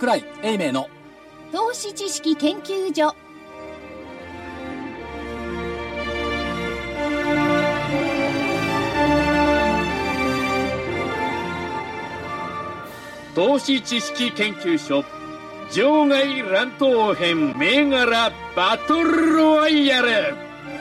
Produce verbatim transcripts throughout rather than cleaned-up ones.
櫻井英明の投資知識研究所。 投資知識研究所場外乱闘編銘柄バトルロワイヤル。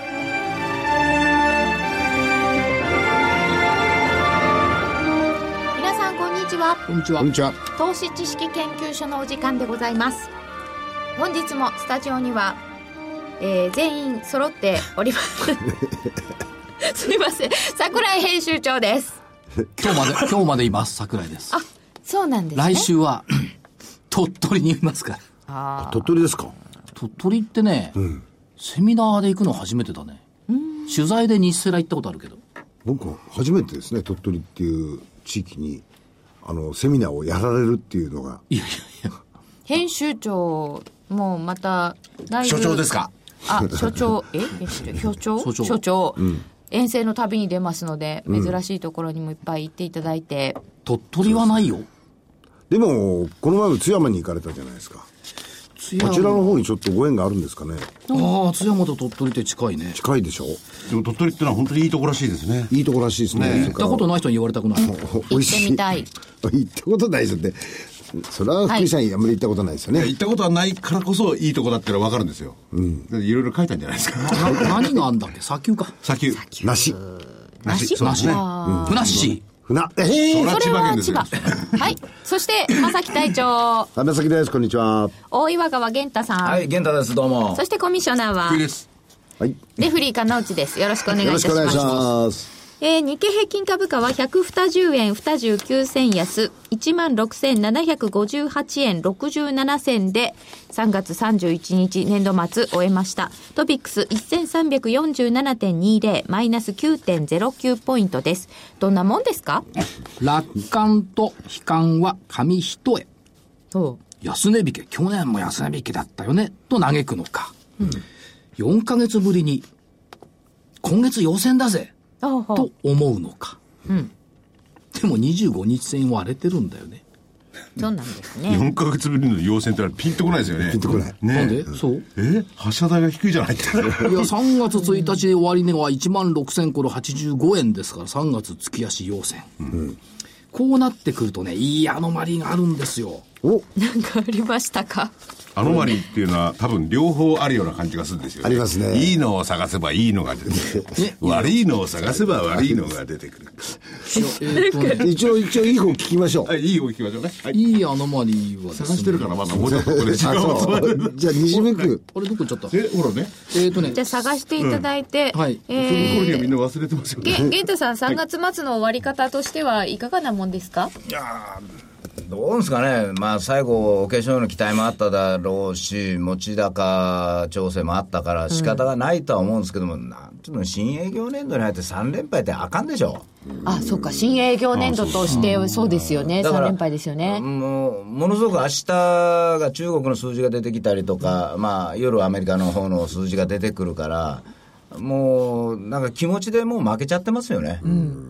皆さんこんにちは。 こんにちは。 こんにちは。 投資知識研究所のお時間でございます。本日もスタジオには、えー、全員揃っておりますすいません、櫻井編集長です。 今日まで今日までいます。櫻井です。 あ、そうなんですね。 来週は鳥取にいますから。 あ、鳥取ですか。 鳥取ってね、うん、セミナーで行くの初めてだね。取材で日セラ行ったことあるけど、 僕は初めてですね。鳥取っていう地域にあのセミナーをやられるっていうのが。 いやいやいや、 編集長もまただいぶ。 所長ですか。 あ、所長え所長所長所長、うん、遠征の旅に出ますので、珍しいところにもいっぱい行っていただいて。 鳥取はないよ。 でもこの前も津山に行かれたじゃないですか。こちらの方にちょっとご縁があるんですかね。 ああ、津山と鳥取って近いね。 近いでしょ。 でも鳥取ってのは本当にいいところらしいですね。 いいところらしいですね。 ね、行ったことない人に言われたくない。 行ってみたい。 行ったことないですよね。それは福井さん、はい、あんまり行ったことないですよね。 行ったことはないからこそいいとこだってのは分かるんですよ。うん。いろいろ書いたんじゃないですか。 何があんだっけ。砂丘か。 砂丘。 梨。 梨。そうですね。 ふなっしー。 ふな、えー、 それは千葉。はい。そして、正木隊長。 正木です。こんにちは。 大岩川源太さん。 はい、源太です。どうも。 そしてコミッショナーは。 福井です。 はい。 レフリー金内です。よろしくお願いいたします。 よろしくお願いします。 えー、日経平均株価はひゃくにじゅうえんにじゅうきゅうせん安、いちまんろくせんななひゃくごじゅうはちえんろくじゅうななせんでさんがつさんじゅういちにち年度末終えました。トピックス せんさんびゃくよんじゅうななてんにじゅう マイナス きゅうてんゼロきゅう ポイントです。どんなもんですか？ 楽観と悲観は紙一重。 そう。 安値引け、去年も安値引けだったよねと嘆くのか、うん、よんかげつぶりに今月陽線だぜと思うのか、うん、でもにじゅうごにち線割れてるんだよね。 そうなんですね。 よんかげつぶりの陽線ってピンとこないですよね。 ピンとこない、 ね、 なんで、うん、そうえ発射台が低いじゃないっていやさんがつついたちで終値はいちまんろくせんはちじゅうごえんですから、さんがつ月足陽線、うん、こうなってくるとね、いいアノマリーがあるんですよ。 お、 なんかありましたか？ アノマリーっていうのは多分両方あるような感じがするんですよね。 ありますね。 いいのを探せばいいのが出てくる悪いのを探せば悪いのが出てくるえーとね、一応一応いい方聞きましょう。 はい、いい方聞きましょうね、はい、 いいアノマリーはですね、 探してるからまだもうちょっとこれ時間をじゃあ西目区あれどこ行っちゃった。 えほらねえーとねじゃあ探していただいて、 うん、はい、 えー、 その頃にはみんな忘れてますよね。 ゲンタさん、さんがつ末の終わり方としてはいかがなもんですか？ いやどうですかね。まあ最後お化粧の期待もあっただろうし、持ち高調整もあったから仕方がないとは思うんですけども、うん、なんていうの、新営業年度に入ってさん連敗ってあかんでしょ。 あ、そうか、新営業年度としてそうですよね。さん連敗ですよね。 もうものすごく明日が中国の数字が出てきたりとか、まあ夜アメリカの方の数字が出てくるから、もうなんか気持ちでもう負けちゃってますよね、うん、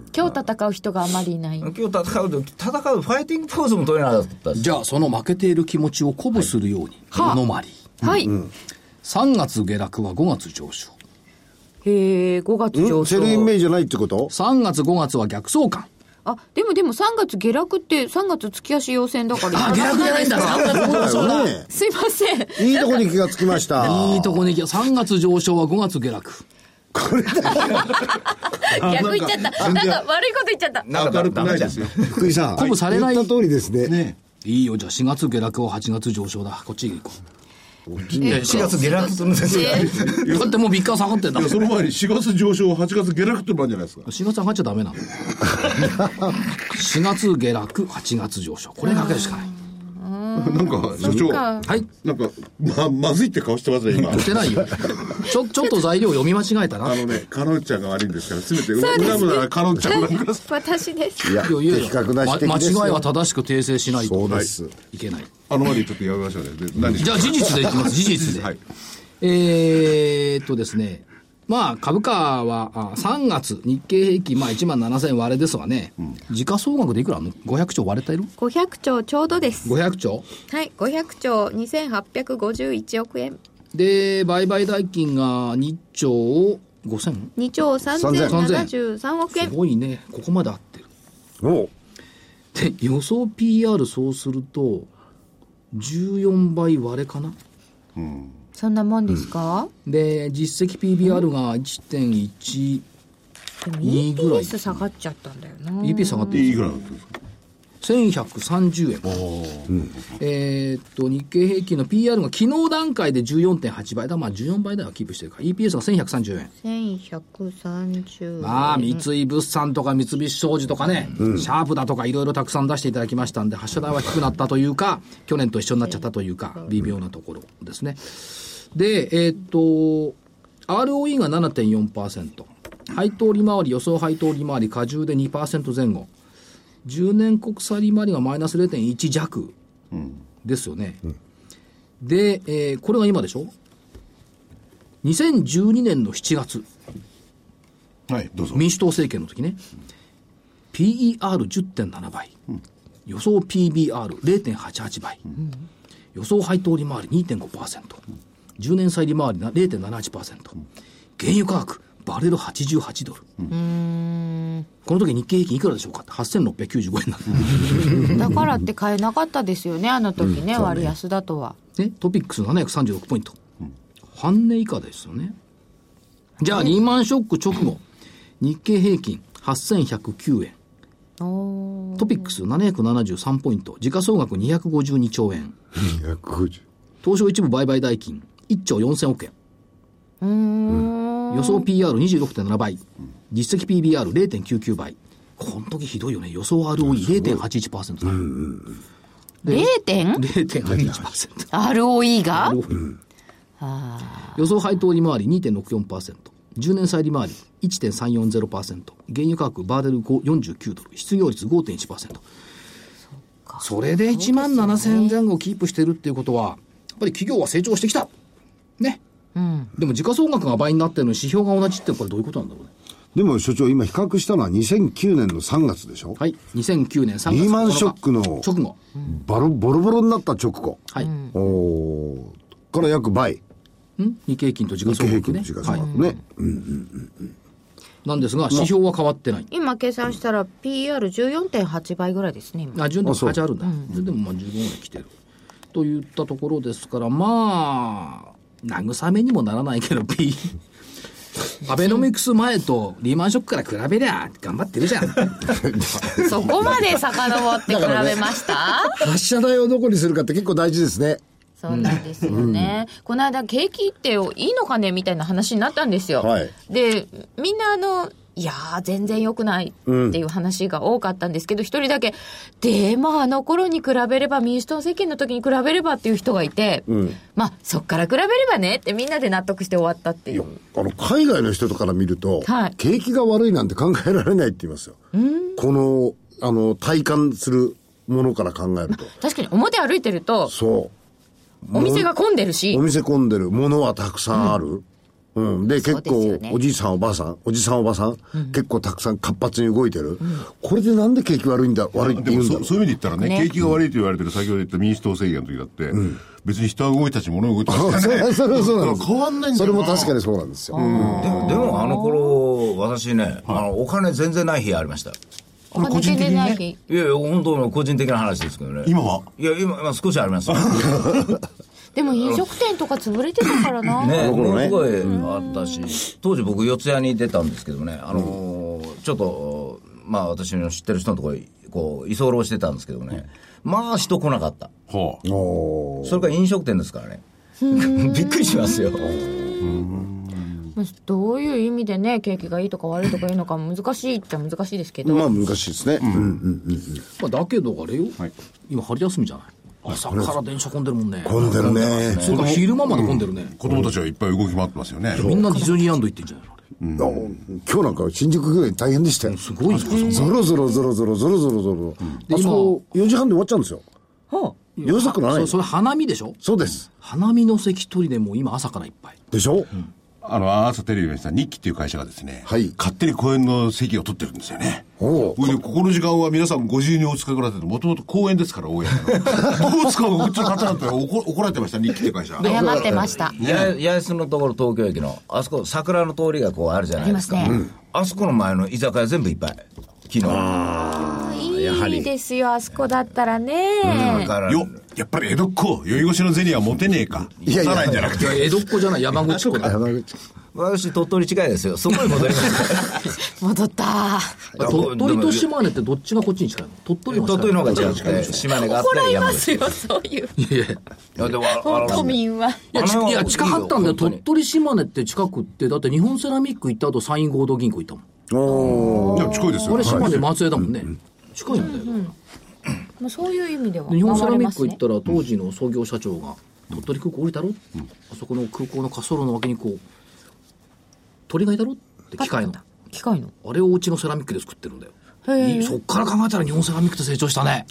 今日戦う人があまりいない。 今日戦うと戦うファイティングポーズも取れなかったです。 じゃあその負けている気持ちを鼓舞するように、はい、アノマリー、 はい、うん、 さんがつ下落はごがつ上昇。 へえ、ごがつ上昇、 セルインメイじゃないってこと？ さんがつごがつは逆相関。 あ、でもでもさんがつ下落ってさんがつ月足陽線だからあ、下落じゃないんださんがつ上昇だ、ね、 すいません、 いいとこに気がつきましたいいとこに気が、さんがつ上昇はごがつ下落。 これだ逆言っちゃった。なんか悪いこと言っちゃった。 なんか明るくないですよ。 福井さん、 鼓舞されない、 言った通りですね。 ね、 いいよ、じゃあしがつ下落ははちがつ上昇だ。こっち行こう。 いやしがつ下落するんですよ。 だってもうみっか下がってんだ。 いやその前にしがつ上昇はちがつ下落ってのもあるんじゃないですか。 しがつ上がっちゃダメなのしがつ下落はちがつ上昇、これだけしかない。 なんか所長、 はい、 なんか ま, まずいって顔してますね今。 してないよ。ちょちょっと材料読み間違えたな。 あのね、カノンちゃんが悪いんですから、せめて恨むならカノンちゃんを恨みます。 私です。 いやいやいや、的確な指摘ですよ。 間違いは正しく訂正しないとそうですいけない。 あのまでちょっとやめましょうね。で何じゃあ事実でいきます。事実で、はい、えーっとですね、 まあ株価はあさんがつ日経平均まあいちまんななせん割れですわね、うん、時価総額でいくらあるの？ごひゃくちょう割れてる？ ごひゃくちょうちょうどです。 ごひゃくちょう、はい、ごひゃくちょうにせんはっぴゃくごじゅういちおくえんで、売買代金がにちょうごせん？ にちょうさんぜんななじゅうさんおくえん。 すごいね、ここまで合ってる。 おで、予想 ピーアール そうするとじゅうよんばい割れかな、 うん、そんなもんですか、 うん、で、実績 ピービーアール が いってんいちに ぐらい。 イーピーエス下がっちゃったんだよな。 イーピーエス 下がってる。 いいぐらいなんですか？ せんひゃくさんじゅうえん、うん、えー、っと日経平均の ピーアール が昨日段階で じゅうよんてんはちばいだ、まあじゅうよんばい台はキープしてるから イーピーエス がせんひゃくさんじゅうえん、 せんひゃくさんじゅうえん、 まあ三井物産とか三菱商事とかね、うん、シャープだとかいろいろたくさん出していただきましたんで、発射台は低くなったというか去年と一緒になっちゃったというか微妙なところですね。で、えー、っと アールオーイー が ななてんよんパーセント、 配当利回り予想配当利回り過重で にパーセント 前後、じゅうねん国債利回りがマイナス れいてんいち 弱ですよね、うん、で、えー、これが今でしょ。にせんじゅうにねんのしちがつ、 はい、どうぞ。 民主党政権の時ね、 ピーイーアールじゅってんななばい、うん、予想 ピービーアールれいてんはちはちばい、うん、予想配当利回り にてんごパーセント、うん、じゅうねん債利回り れいてんななはちパーセント、うん、原油価格バレルはちじゅうはちドル、うん、この時日経平均いくらでしょうかってはっせんろっぴゃくきゅうじゅうごえんなんだからって買えなかったですよね、あの時ね、うん、割安だとは、 ね、トピックスななひゃくさんじゅうろくポイント、うん、半値以下ですよね。じゃあリーマンショック直後、日経平均はっせんひゃくきゅうえん、トピックスななひゃくななじゅうさんポイント、時価総額にひゃくごじゅうにちょうえん、にひゃくごじゅう、東証一部売買代金いっちょうよんせんおくえん、うーん、予想 ピーアールにじゅうろくてんななばい、実績 ピービーアールれいてんきゅうきゅうばい、この時ひどいよね、予想 アールオーイーれいてんはちいちパーセント だ、うん、 れいてんれいてんはちいちパーセントアールオーイー が、うん、 予想配当利回り にてんろくよんパーセント、じゅうねん債利回り いってんさんよんゼロパーセント、 原油価格バーレルよんじゅうきゅうドル、失業率 ごてんいちパーセント、 そ, それでいちまんななせんえん前後キープしてるっていうことは、やっぱり企業は成長してきたね、うん、でも時価総額が倍になってるのに指標が同じってこれどういうことなんだろうね。 でも所長今比較したのはにせんきゅうねんのさんがつでしょ。 はい、にせんきゅうねんさんがつ、 リーマンショックの直後、 バロボロボロになった直後、 はい、 おから約倍、 ん日経平均と時価総額ね、 日経平均と時価総額ね、はい、うんうんうんうん、 なんですが指標は変わってない。 今計算したら ピーアールじゅうよんてんはちばいぐらいですね今。 あ、じゅうよんてんはちあるんだ、うん、でもまあじゅうごぐらい来てるといったところですから、まあ慰めにもならないけど P アベノミクス前とリーマンショックから比べりゃ頑張ってるじゃんそこまで遡って比べました、 ね、発射台をどこにするかって結構大事ですね。 そうなんですよね、うん、この間景気っていいのかねみたいな話になったんですよ、はい、でみんなあのいやー全然良くないっていう話が多かったんですけど、一、うん、人だけでまああの頃に比べれば、民主党政権の時に比べればっていう人がいて、うん、まあそっから比べればねってみんなで納得して終わったっていう。いやあの海外の人とから見ると、はい、景気が悪いなんて考えられないって言いますよ、うん、このあの体感するものから考えると、まあ、確かに表歩いてるとそうお店が混んでるし、 お店混んでる、物はたくさんある、うんうん、で結構、ね、おじいさんおばあさんおじさんおばさん、うん、結構たくさん活発に動いてる、うん、これでなんで景気悪いんだ悪いって言うんだろう。 そういう意味で言ったらね、ね、景気が悪いと言われてる先ほど言った民主党政権の時だって、うん、別に人は動いたし物は動いたし、ね、 それはそうなんです。 変わんないんだよな。 それも確かにそうなんですよ。 でも、でもあの頃私ね、はい、あのお金全然ない日ありました。 お金全然ない日、 いやいや本当の個人的な話ですけどね。 今はいや 今, 今少しありますでも飲食店とか潰れてたからなね、ものすごいあったし、当時僕四谷に出たんですけどね、あのー、ちょっとまあ私の知ってる人のところにこう居候してたんですけどね、まあ人来なかった、はあ、それから飲食店ですからねびっくりしますよ。 どういう意味でね景気がいいとか悪いとかいうのか難しいっちゃ難しいですけど、 まあ難しいですね、うんうんうんうん、 まあ、だけどあれよ、はい、今春休みじゃない、朝から電車混んでるもんね。 混んでるね。 それから昼間まで混んでるね、うん、 子供たちはいっぱい動き回ってますよね。 みんなディズニーランド行ってんじゃないの、 うん、今日なんか新宿ぐらい大変でしたよ。 すごいですか、 ゾロゾロゾロゾロゾロゾロゾロ、うん、であそこよじはんで終わっちゃうんですよ。はあ、夜遅くない。 それ花見でしょ。 そうです。 花見の席取りでもう今朝からいっぱいでしょ、うん、 あの、朝テレビでした日記っていう会社がですね、 はい、 勝手に講演の席を取ってるんですよね。 おで、ここの時間は皆さんご自由にお使いくださいって、もともと講演ですから、大家の。どう使うかこっちの方だったら怒怒られてました、日記っていう会社。 謝ってました。 八重洲のところ東京駅の、あそこ桜の通りがこうあるじゃないですか。ありますね。うん、あそこの前の居酒屋全部いっぱい。昨日。 ああ、いいですよ、あそこだったらね。 うん、だからよ、やっぱり江戸っ子、酔い越しの銭は持てねえか。 いやいや、 ないんじゃなくて。 江戸っ子じゃない、山口っ子だ。 山口。 私、鳥取近いですよ。そこに戻りました。戻った。 鳥取と島根ってどっちがこっちに近いの？鳥取の鳥取の方が近くて、島根があって山口。 怒られますよ、そういう。 いやいや。いや、でも、 都民は。 いや、いや近かったんだよ。鳥取島根って近くって、だって日本セラミック行った後、山陰合同銀行行ったもん。 おー。いや、近いですよ。 あれ島根松江だもんね。近いんだよ。 まあ、そういう意味では日本セラミック行ったら当時の創業社長が鳥取空港降りたろ、うん、あそこの空港の滑走路の脇にこう鳥がいたろって機械の機械のあれをうちのセラミックで作ってるんだよ。へそっから考えたら日本セラミックって成長したね。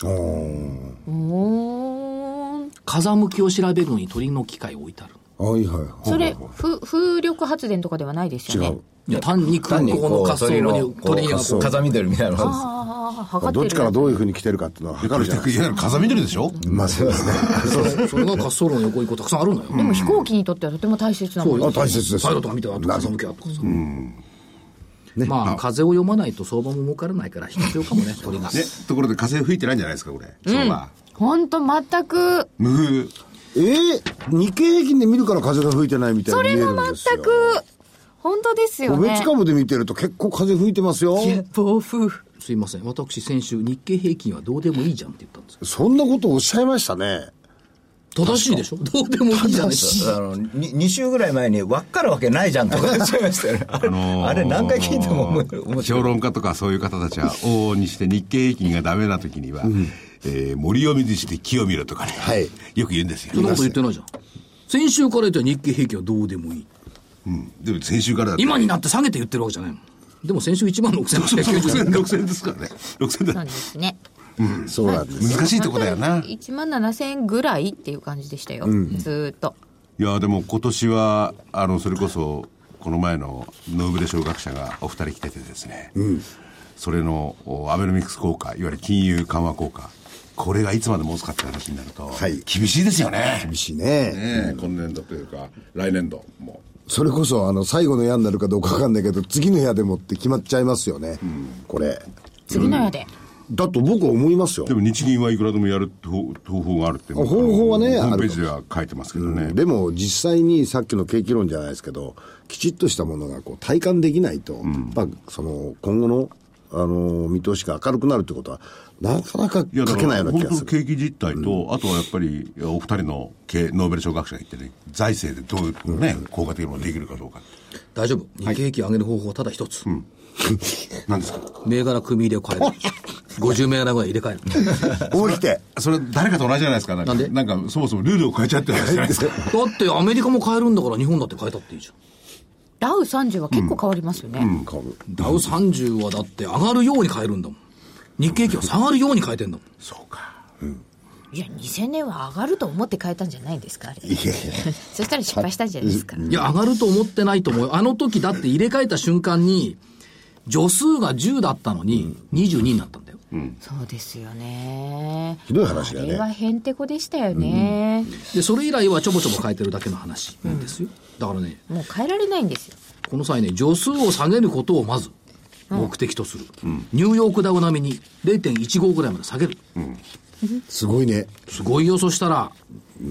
お風向きを調べるのに鳥の機械を置いてある。 はいはいはい、 それ風力発電とかではないですよね。違う。 いや単に空港の滑走路に鳥がこう風見てるみたいなのがどっちからどういうふうに来てるかっていうのは測るじゃないですか。 風見てるでしょ、 うん、まあそうですねそうそれが滑走路の横にこうたくさんあるのよ。 でも飛行機にとってはとても大切なもの。 そう大切です。 パイロットが見たら風向きはとかさ、うんね、まあ風を読まないと相場も儲からないから必要かもね鳥がね。 ところで風吹いてないんじゃないですかこれ今日は。 本当全く無風。 えー、日経平均で見るから風が吹いてないみたいに見えるんですよ。 それも全く本当ですよね。 個別株で見てると結構風吹いてますよ。 暴風。 すいません、私先週日経平均はどうでもいいじゃんって言ったんですよ。 そんなことをおっしゃいましたね。 正しいでしょ。どうでもいいじゃないですか。 あの 2, 2週ぐらい前に分かるわけないじゃんとか言っちゃいましたよね。あれ、あのー、あれ何回聞いても面白い。 評論家とかそういう方たちは往々にして日経平均がダメな時には、うんえー、森を見ずして木を見ろとかね、はい、よく言うんですよ。 そんなこと言ってないじゃん。先週から言ったら日経平均はどうでもいい。 うん、でも先週からだって今になって下げて言ってるわけじゃないの。でも先週いちまんろくせんはっぴゃくきゅうじゅうえんろくせんですからね。ろくせんだ。 そうですね。 うん、そうなんです。 難しいとこだよな。 いちまんななせんえんぐらいっていう感じでしたよ、うん、ずーっと。 いやでも今年はあのそれこそこの前のノーベル賞学者がお二人来ててですね、うん、それのアベノミクス効果、いわゆる金融緩和効果、これがいつまで持つかって話になると、はい、厳しいですよね。 厳しいね。 ね、うん、今年度というか来年度も。 それこそあの最後の矢になるかどうか分かんないけど次の矢でもって決まっちゃいますよね、うん、これ次の矢で、 うん、だと僕は思いますよ。 でも日銀はいくらでもやる方法があるって方法はねホームページでは書いてますけどね、 うん、でも実際にさっきの景気論じゃないですけどきちっとしたものがこう体感できないと、うん、やっぱその今後のあの見通しが明るくなるってことはなかなか書けないような気がする。 本当の景気実態と、うん、あとはやっぱりお二人のノーベル賞学者が言ってね、財政でどういうね、うん、効果的なものができるかどうか。 大丈夫。日経平均上げる方法はただ一つ。うん、 何ですか。 銘柄組み入れを変える。ごじゅう銘柄ぐらい入れ替える。 思い切って。 それ誰かと同じじゃないですか。なんか、なんでなんかそもそもルールを変えちゃってるじゃないですか。 だってアメリカも変えるんだから日本だって変えたっていいじゃん。 ダウさんじゅうは結構変わりますよね、うんうん、 ダウさんじゅうはだって上がるように変えるんだもん。日経平均は下がるように変えてんだもん。 そうか、 うん、いやにせんねんは上がると思って変えたんじゃないんですかあれ。いやいやそしたら失敗したんじゃないですか。 いや上がると思ってないと思う。あの時だって入れ替えた瞬間に助数がじゅうだったのににじゅうにになったんだよ、 うん、そうですよね。 ひどい話だよね。 あれはへんてこでしたよね、 うん、でそれ以来はちょぼちょぼ変えてるだけの話ですよ、うん、だからねもう変えられないんですよ。 この際ね助数を下げることをまず目的とする、うん、ニューヨークダウ並みに れいてんいちご ぐらいまで下げる、うん、 すごいね。 すごいよ。そしたら、 うん、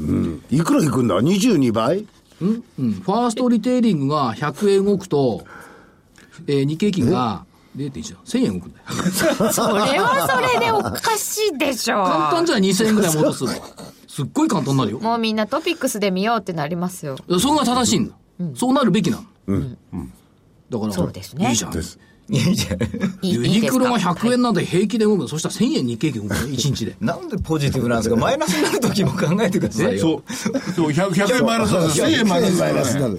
いくらいくんだにじゅうにばい、 うんうん、ファーストリテイリングがひゃくえん動くと、えー、日経平均が れいてんいち だせんえん動くんだよそれはそれでおかしいでしょ。 簡単じゃないにせんえんぐらい戻すすっごい簡単になるよ。 もうみんなトピックスで見ようってなりますよ。 それが正しいんだ、うん、そうなるべきなの、うんうん、だからそうですね。 いいじゃん。 いいじゃん。 ユニクロがひゃくえんなんで平気で動くの、はい、そしたらせんえん日経平均動くのいちにちで。 なんでポジティブなんですか。マイナスになる時も考えてくださいよ。 そうそう 100, ひゃくえんマイナスなんです。せんえんマイナスになる。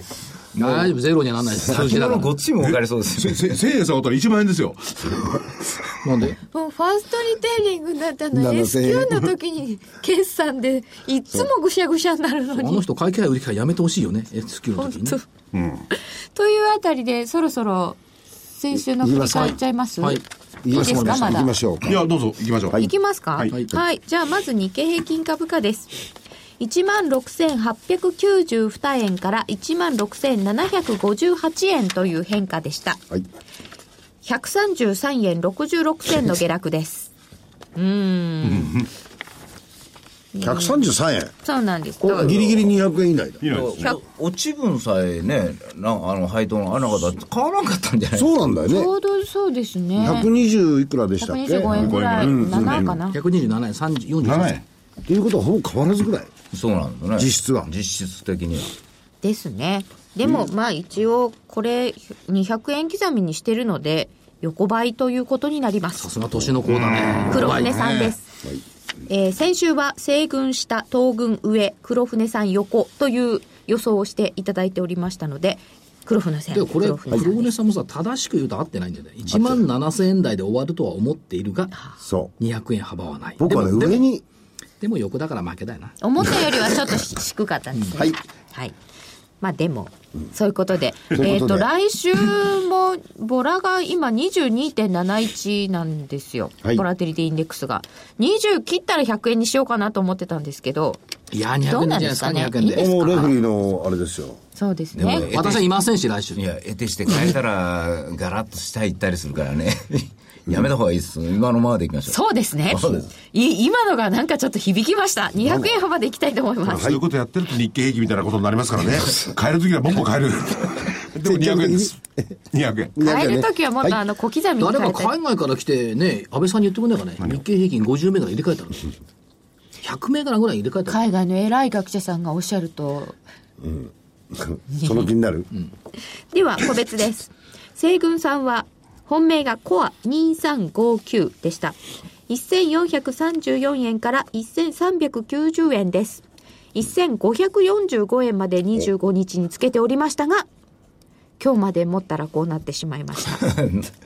大丈夫、ゼロにはならないです。数字だから。 ごっちも分かりそうですよ。 せんえん下がったらいちまんえんですよ。 なんでもうファーストリテイリングだったの エスキュー の時に決算でいつもぐしゃぐしゃになるのに。 あの人買い替え売り替えやめてほしいよね、エスキュー の時にね。 うん、 というあたりでそろそろ先週の振り返っちゃいます。 はい。 いいですか、まだ。 行きましょうか。 いや、どうぞ行きましょう。 はい、行きますか。 はい。 はい。じゃあまず日経平均株価です。いちまんろくせんはっぴゃくきゅうじゅうにえんから いちまんろくせんななひゃくごじゅうはちえんという変化でした。 はい。 ひゃくさんじゅうさんえんろくじゅうろくせんの下落です。うーん。 ひゃくさんじゅうさんえん。 そうなんです。 ギリギリにひゃくえん以内だ。 いいですね。 落ち分さえね、なあの配当の穴がだって買わなかったんじゃないそうなんだよね。 ちょうどそうですね。 ひゃくにじゅういくらでしたっけ。 ひゃくにじゅうごえんぐらい、ななかな。 ひゃくにじゅうななえん、さんじゅう、よんじゅうさんえん。 っていうことはほぼ変わらずぐらい。 そうなんだね。 実質は。 実質的には。 ですね。でも、まあ一応これにひゃくえん刻みにしてるので横ばいということになります。 さすが年の子だね。 黒船さんです。はい。えー、先週は西軍下、東軍上、黒船さん横という予想をしていただいておりましたので、黒船さん。 でこれ黒船さん、黒船さんもさ、正しく言うと合ってないんだよね。いちまんななせんえん台で終わるとは思っているが、 そうにひゃくえん幅はない。 僕はね、上に。 でも横だから負けだよな。 思ったよりはちょっと低かったんですね。 はい。 はい。まあでも、うん、そういうことで、えっと、来週も、ボラが今 にじゅうにてんなないち なんですよ。はい、ボラティリティインデックスが。にじゅう切ったらひゃくえんにしようかなと思ってたんですけど。 いや、にひゃくえんじゃないですか、にひゃくえんで。 もうレフリーのあれですよ。 そうですね。 私はいませんし、来週。 いや、得てして変えたら、ガラッと下行ったりするからね。やめた方がいいです。今のままでいきましょう。 そうですね。そうです。い今のがなんかちょっと響きました。にひゃくえん幅でいきたいと思います。 そういうことやってると日経平均みたいなことになりますからね。買えるときはボンボン買える。でもにひゃくえんです。にひゃくえん。 買えるときはもっとあの小刻みに買えたい。 誰か海外から来てね、安倍さんに言ってくれないかね。日経平均ごじゅう銘柄入れ替えたら。ひゃく銘柄ぐらい入れ替えたら。 海外の偉い学者さんがおっしゃると。 うん。その気になる。うん、 では、個別です。西軍さんは、本命がコアにさんごきゅうでした。せんよんひゃくさんじゅうよんえんからせんさんびゃくきゅうじゅうえんです。せんごひゃくよんじゅうごえんまでにじゅうごにちにつけておりましたが、今日まで持ったらこうなってしまいました。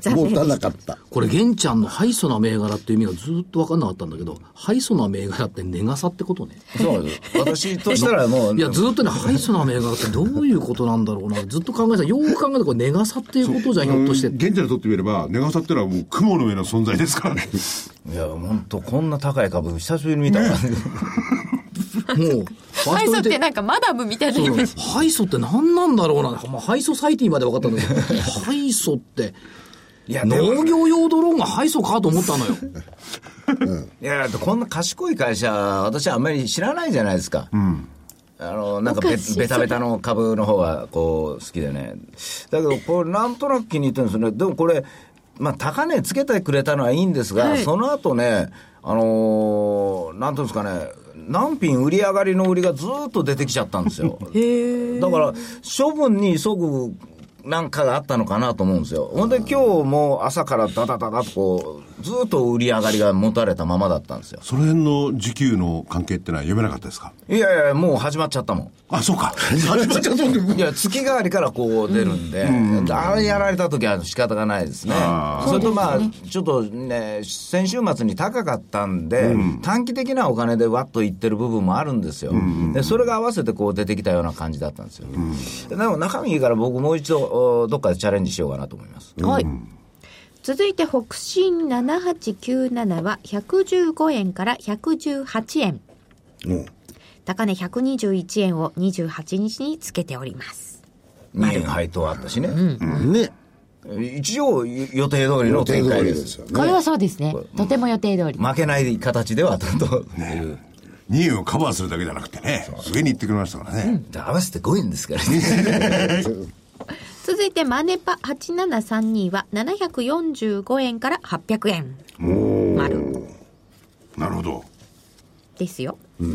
持たなかった。 これ玄ちゃんのハイソな銘柄っていう意味がずっと分かんなかったんだけど、ハイソな銘柄って値傘ってことね。 そうです。私としたらもういやずっとね、ハイソな銘柄ってどういうことなんだろうな、ずっと考えた。よく考えたらこれ値傘っていうことじゃん、ひょっとして。 玄ちゃんにとってみれば値傘ってのはもう雲の上の存在ですからね。 いや本当こんな高い株久しぶりに見たわ、ね、 もうハイソってなんかマダムみたいなイメージ。 ハイソって何なんだろうな、まあ、ハイソサイティまで分かったんだけどハイソっていや農業用ドローンがハイソかと思ったのよ。 うん、いやだってこんな賢い会社私はあんまり知らないじゃないですか、うん、あのなんか ベ, ベタベタの株の方がこう好きでね。だけどこれなんとなく気に入ってるんですよね。でもこれまあ高値つけてくれたのはいいんですが、はい、その後ねあのー、なんていうんですかね、何品売り上がりの売りがずっと出てきちゃったんですよ。へだから処分に急ぐなんかがあったのかなと思うんですよ。ほんで今日も朝からダダダダとこうずっと売り上がりが持たれたままだったんですよ。 その辺の需給の関係ってのは読めなかったですか？ いやいやもう始まっちゃったもん。 あ、そうか。 始まっちゃったもん。いや月替わりからこう出るんで、うん、あれやられた時は仕方がないですね。それとまあちょっとね先週末に高かったんで、うん、短期的なお金でワッといってる部分もあるんですよ、うん、でそれが合わせてこう出てきたような感じだったんですよ、うん、でも中身いいから僕もう一度どっかでチャレンジしようかなと思います、 うん、はい。続いて北進ななはちきゅうななはひゃくじゅうごえんからひゃくじゅうはちえん、うん、高値ひゃくにじゅういちえんをにじゅうはちにちにつけております。 にえん配当あったしね、 うんうん、ね一応予定通りの展開です。 これはそうですね、とても予定通り負けない形ではというにえんをカバーするだけじゃなくてね、上に行ってくれましたからね、 うん、合わせてごえんですからね。 続いてマネパはちななさんにはななひゃくよんじゅうごえんからはっぴゃくえん丸。 なるほどですよ、 うん、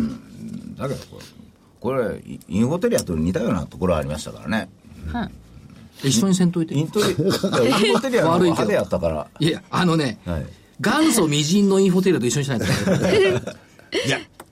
だけどこれこれインフォテリアと似たようなところありましたからね、 うん、 一緒にせんといて。 イントリインフォテリアの派手やったから。 いやあのね、はい、元祖未人のインフォテリアと一緒にしないといや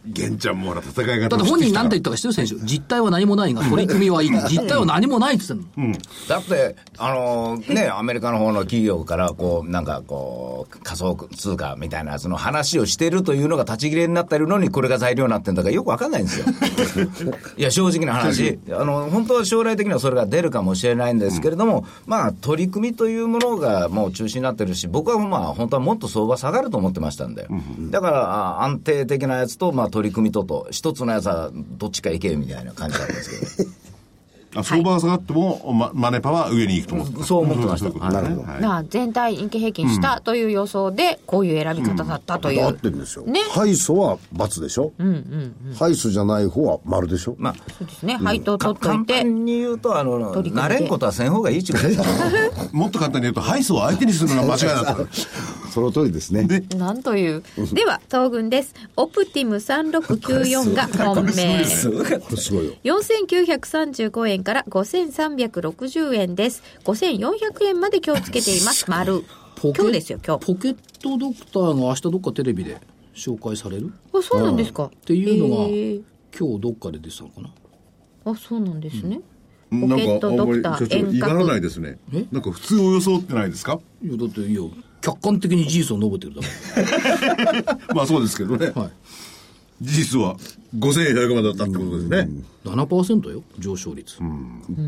玄ちゃんもほら戦い方だって本人なんて言ったか知ってる選手、実態は何もないが取り組みはいい実態は何もないって言ってんの、うん、 だってあのー、ねアメリカの方の企業からこうなんかこう仮想通貨みたいなやつの話をしてるというのが立ち切れになってるのにこれが材料になってるんだからよく分かんないんですよいや正直な話あの本当は将来的にはそれが出るかもしれないんですけれども、うん、まあ取り組みというものがもう中心になってるし僕はまあ本当はもっと相場下がると思ってましたんで、うん、だから安定的なやつとまあ取り組みとと一つのやつはどっちかいけみたいな感じだったんですけどあ相場が下がっても、はい、ま、マネパは上に行くと思ってそう思ってました、うん、 なるほど、はい、全体日経平均下という予想でこういう選び方だったという、うん、 合ってるんですよ、ね、敗訴は×でしょ、うんうんうん、敗訴じゃない方は丸でしょ、まあ、 そうですね、うん、配当取っといて簡単に言うとあの慣れんことはせん方がいいっていうこともっと簡単に言うと敗訴を相手にするのが間違いだったその通りですねでなんというでは東軍です。オプティムさんろくきゅうよんが本命よんせんきゅうひゃくさんじゅうごえんからごせんさんびゃくろくじゅうえんです。ごせんよんひゃくえんまで今日つけています丸今日ですよ今日。 ポケットドクターが明日どっかテレビで紹介されるあそうなんですかっていうのが、えー、今日どっかで出てたのかなあそうなんですね、 うん、ポケットドクター遠隔ならないですね。なんか普通を装ってないですか。 いやだっていや客観的に事実を述べてるだからまあそうですけどね、はい、事実はごせんえんひゃくまでだったってことですね、 うん、ななパーセント よ上昇率、うん、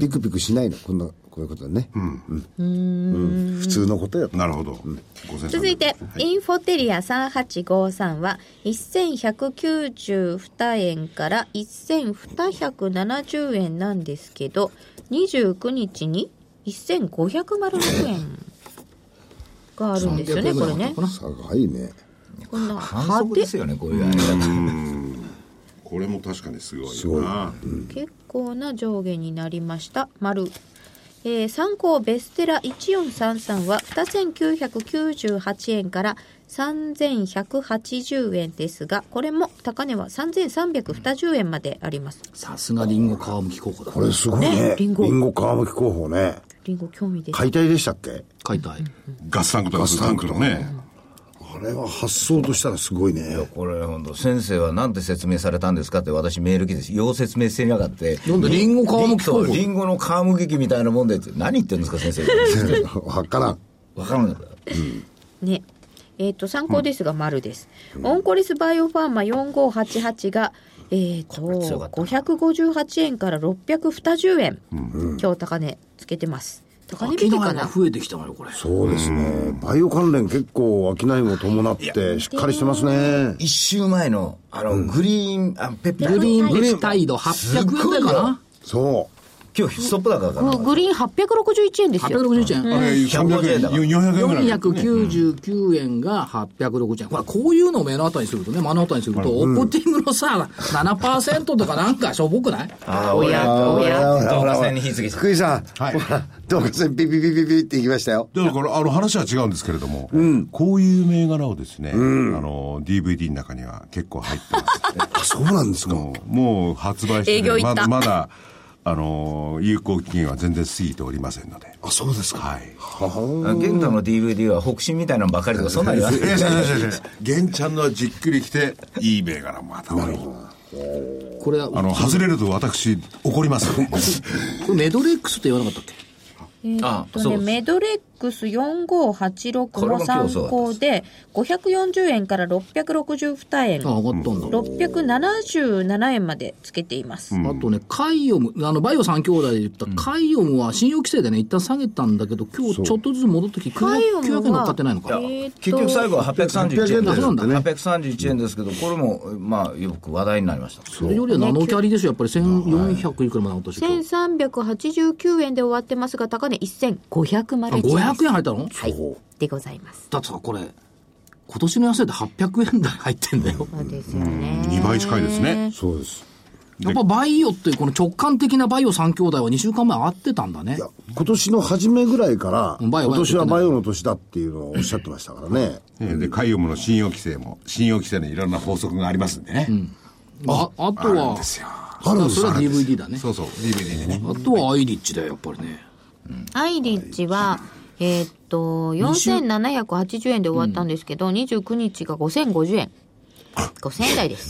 ピクピクしないのこんなこういうことだね、うんうんうん、普通のことやなるほど、うん、 続いて、はい、インフォテリアさんはちごさんはせんひゃくきゅうじゅうにえんからせんにひゃくななじゅうえんなんですけどにじゅうくにちにせんごひゃくろくえんがあるんですよねこれね。 高いね。 こんな反則ですよねこういう間これも確かにすごいよな、 うん、結構な上下になりました丸、えー、参考ベステラいちよんさんさんはにせんきゅうひゃくきゅうじゅうはちえんからさんぜんひゃくはちじゅうえんですがこれも高値はさんぜんさんびゃくにじゅうえんまであります。 さすがリンゴ皮むき候補だこれすごいね、ね、リンゴ皮むき候補ね。 リンゴ興味です。 解体でしたっけ。 解体、うんうん、 ガスタンクとかガスタンクとかね、 あれは発想としたらすごいね。 いやこれ本当先生は何て説明されたんですかって私メール来てよう説明してなかったなんでリンゴ皮むき候補リンゴの皮むき器みたいなもんでって何言ってるんですか先生わからんわからんかった、 うんねえー、と参考ですが丸です、うん、オンコリスバイオファーマよんごはちはちが、えー、とごひゃくごじゅうはちえんからろっぴゃくにじゅうえん、うん、今日高値つけてます。高値見てかな増えてきたのよこれ。 そうですねバイオ関連結構商いも伴ってしっかりしてますね。 一週前のあの、うん、グリーンあペプグリーンペプタイドはっぴゃくえんだかな。 そう今日ストップ高かな。 グリーンはっぴゃくろくじゅういちえんですよ。 はっぴゃくろくじゅういちえん、 あれひゃくごじゅうえんだからよんひゃくえんぐらい、 よんひゃくきゅうじゅうきゅうえんがはっぴゃくろくじゅうえん。これこういうのを目の当たりにするとね目の当たりにすると、うん、オプティムのさ ななパーセント とかなんかしょぼくない。 ああおやおや動画線に火つけて福井さん、はい、動画線ピピピピピっていきましたよ。 だからあの話は違うんですけれども、うん、こういう銘柄をですね、うん、あの ディーブイディー の中には結構入ってます、 あそうなんですか。 もう、もう発売して、ね、 営業行ったまだまだあの有効期限は全然過ぎておりませんので。 あそうですか。 はい。 玄太の ディーブイディー は北進みたいなのばっかりとかそんなに言わない玄ちゃんのはじっくりきていい銘柄もまた多い。 これはあの外れると私怒りますよねこれメドレックスって言わなかったっけ。 えーっとね、メドレックスよんごはちろくも参考でごひゃくよんじゅうえんからろっぴゃくろくじゅうにえん、 あ上がったんだ。 ろっぴゃくななじゅうななえんまでつけています、うん、 あとねカイオムあのバイオさん兄弟で言ったカイオムは信用規制でね一旦下げたんだけど今日ちょっとずつ戻ってきてきゅうひゃくえん乗っかってないのか。 結局最後ははっぴゃくさんじゅういちえんです。 そうなんだね。 はっぴゃくさんじゅういちえんですけどこれもまあよく話題になりました。 それよりはナノキャリでしょやっぱりせんよんひゃくいくらまで上がったしせんさんびゃくはちじゅうきゅうえんで終わってますが高値せんごひゃくまでごひゃくえん入ったの。 はいでございます。 だってさこれ今年の安値ではっぴゃくえん台入ってんだよ。 そうですよね。 にばい近いですね。 そうです。 やっぱバイオってこの直感的なバイオさん兄弟はにしゅうかんまえ上がってたんだね。いや今年の初めぐらいから、 バイオ今年はバイオの年だっていうのをおっしゃってましたからね。 でカイオムの信用規制も信用規制のいろんな法則がありますんでね、うん、 あ, あとはあるんですよ。 あるんです。それは ディーブイディー だね。 そうそう ディーブイディー でね。 あとはアイリッチだよやっぱりね、 うん、アイリッチはえー、っとよんせんななひゃくはちじゅうえんで終わったんですけど、うん、にじゅうくにちがごせんごじゅうえんごせんえん台です。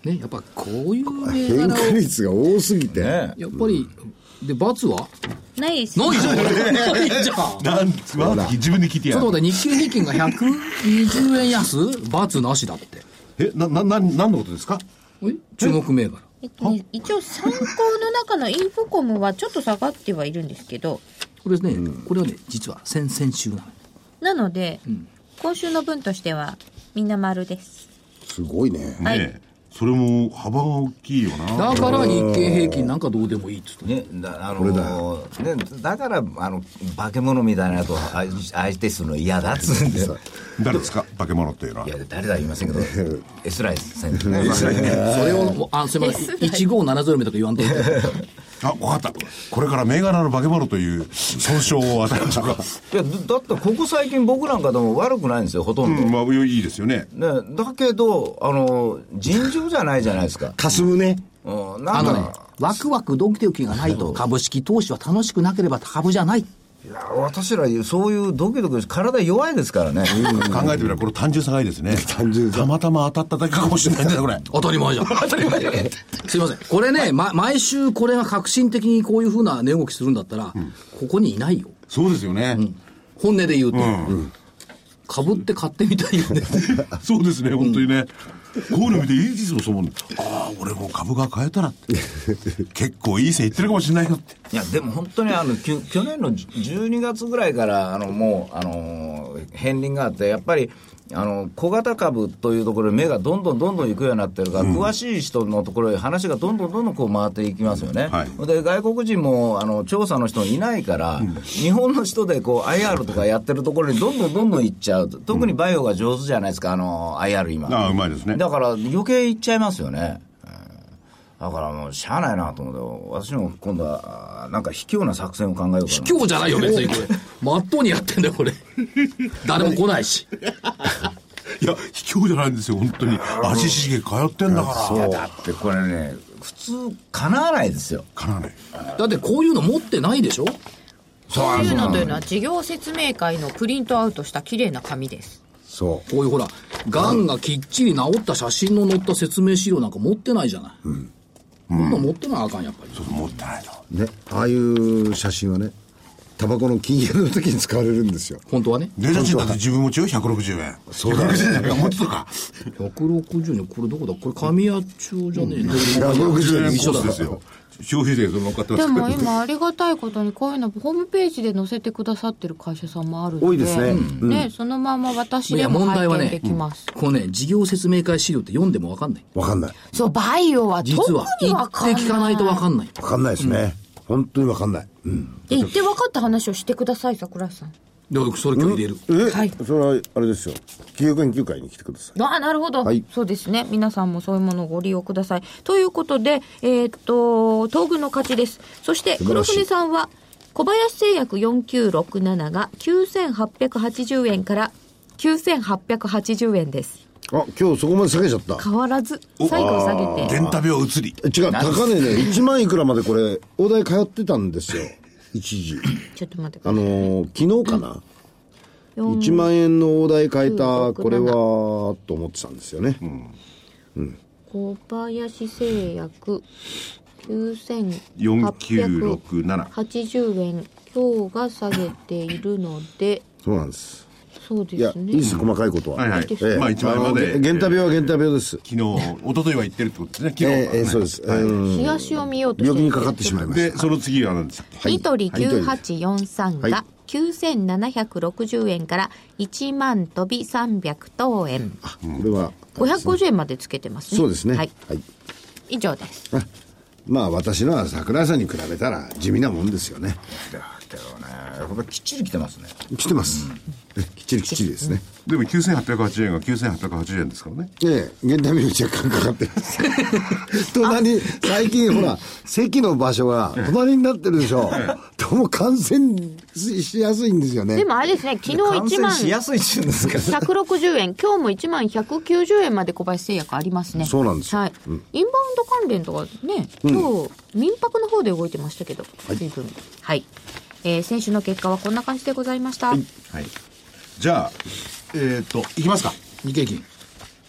ね、やっぱこういう銘変柄を化率が多すぎて、 ねやっぱり、で罰はないです。 ないじゃんないじゃんなんま自分で聞いてやる。 ちょっと待って、日経平均がひゃくにじゅうえん安罰なしだって。 え、な、な、な、何のことですか？ え中国銘柄。 えっとね、一応参考の中のインフォコムはちょっと下がってはいるんですけど、 これね、うん、これはね、実は先々週なの。 なので、うん、今週の分としてはみんな丸です。 すごいね。 はい。 ねそれも幅が大きいよな。 だから日経平均なんかどうでもいいっつってね、だあのー、ね、だからあの化け物みたいなやつを相手するの嫌だっつうんですよ。 誰ですか化け物っていうのは。 いや誰だ言いませんけどエスライス先生ね。 それをあすみませんいちごーななぜろ名とか言わんといて。 あ、分かった。これから銘柄の化け物という総称を与えましょうか。 いや、だってここ最近僕なんかでも悪くないんですよ、ほとんど。 うん、まあいいですよね。 ね、だけど、あの、尋常じゃないじゃないですか。 かすむね。 うん、なんかあのね、ワクワクドキドキがないと株式投資は楽しくなければ株じゃない。 いや私らそういうドキドキ体弱いですからね、 うん、考えてみればこれ単純差がいいですね。単純差たまたま当たっただけかもしれないんだよこれ。 当たり前じゃん当たり前じゃんすいませんこれね、ま、毎週これが革新的にこういう風な値動きするんだったら、うん、ここにいないよ。 そうですよね、うん、 本音で言うと、うんうん、株って買ってみたいよねそうですね本当にね、うん、こういうの見ていつもそう思う。ああ俺も株が買えたらって結構いい線いってるかもしれないよって。 いやでも本当にあの去年のじゅうにがつぐらいからあのもうあの片鱗があって、やっぱりあの小型株というところに目がどんどんどんどん行くようになってるから、うん、詳しい人のところへ話がどんどんどんどんこう回っていきますよね、はい、で外国人もあの調査の人いないから、うん、日本の人でこう アイアール とかやってるところにどんどんどんどん行っちゃう。特にバイオが上手じゃないですか、あの アイアール 今。 ああうまいですね。 だから余計行っちゃいますよね。だからもうしゃあないなと思って、私も今度はなんか卑怯な作戦を考えようかな。 卑怯じゃないよ別にこれまっとうにやってんだよこれ誰も来ないしいや卑怯じゃないんですよ本当に。足しげ通ってんだから。 いやだってこれね普通かなわないですよ。 かなわない。 だってこういうの持ってないでしょ。 そういうのというのは事業説明会のプリントアウトした綺麗な紙です。 そうこういうほらがんがきっちり治った写真の載った説明資料なんか持ってないじゃない、うん、こんなの持ってないあかんやっぱり。 そう持ってないとね。ああいう写真はねタバコの禁煙の時に使われるんですよ本当はね。 データ賃だって自分持ちよひゃくろくじゅうえん。そうだひゃくろくじゅうえんが持ってたかひゃくろくじゅうえんこれどこだこれ神谷町じゃねえな、うん、 ひゃくろくじゅうえん一緒だですよ。消費税が乗っかってますでも今ありがたいことにこういうのホームページで載せてくださってる会社さんもあるので多いですね、 うん、ねそのまま私でも拝見できます。 このね事業説明会資料って読んでも分かんない。 分かんない。 そうバイオは特に分かんない。 実は言って聞かないと分かんない。 分かんないですね、うん、本当に分かんない、うん、 で言って分かった話をしてください桜井さん。 でそれ今日入れる、 うん、え、 はい、 それはあれですよ企業研究会に来てください。 ああなるほど、 はい、 そうですね皆さんもそういうものをご利用くださいということでえー、っと東軍の勝ちです。そして黒船さんは小林製薬よんきゅうろくなながきゅうせんはっぴゃくはちじゅうえんからきゅうせんはっぴゃくはちじゅうえんです。 あ今日そこまで下げちゃった。 変わらず最後下げて電タ病移り違う高値ねいちまんいくらまでこれ大台通ってたんですよ一時ちょっと待ってください。 あのー、昨日かな、うん、いちまんえんの大台変えたこれはと思ってたんですよね、うんうん、小林製薬きゅうせんはっぴゃくはちじゅうえん今日が下げているのでそうなんです。 そうですね。 いやいいです細かいことは、 はいはい、 ええ、 まあいちまんえんまで減タ病は減タ病です。 昨日一昨日は言ってるってことですね昨日、 えーえー、そうです、はい、 冷やしを見ようとして病気にかかってしまいました。 でその次は何でしたっけ。 ニトリきゅうはちよんさんがきゅうせんななひゃくろくじゅうえんからいちまん飛びさんびゃくとうえん。 あこれはごひゃくごじゅうえんまでつけてますね。 そうですね、 はい、 はい、 以上です。 まあ私のは桜井さんに比べたら地味なもんですよね。 だけどねこれきっちり来てますね。 来てます、うん、きっちりきっちりですね、 うん、でもきゅうせんはっぴゃくはちじゅうえんがきゅうせんはっぴゃくはちじゅうえんですからね。 ええ現代見る若干かかってます隣最近ほら席の場所が隣になってるでしょどうも感染しやすいんですよね。 でもあれですね昨日いちまん感染しやすいって言うんですかひゃくろくじゅうえん今日もいちまんひゃくきゅうじゅうえんまで小林製薬ありますね。 そうなんですよ、 はいうん、インバウンド関連とかね今日、うん、民泊の方で動いてましたけど随分はい、えー、先週の結果はこんな感じでございました。はい、 はい、じゃあえー、っといきますか。 日経金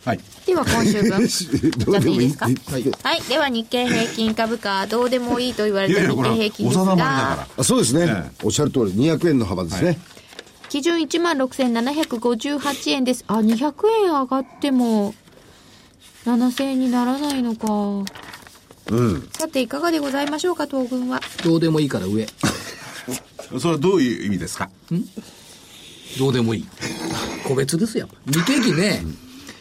はい。 では今週分じゃっていいですか。はい、 はい、 では日経平均株価どうでもいいと言われた日経平均ですが、いやいやこれお定まりだからあそうですね、ええ、おっしゃる通りにひゃくえんの幅ですね、はい、 基準 いちまんろくせんななひゃくごじゅうはちえんです。あ、にひゃくえん上がってもななせんえんにならないのか。うん。さていかがでございましょうか、東軍は。 どうでもいいから上。 それはどういう意味ですか。んどうでもいい。個別ですよ。日経平均ね、うん、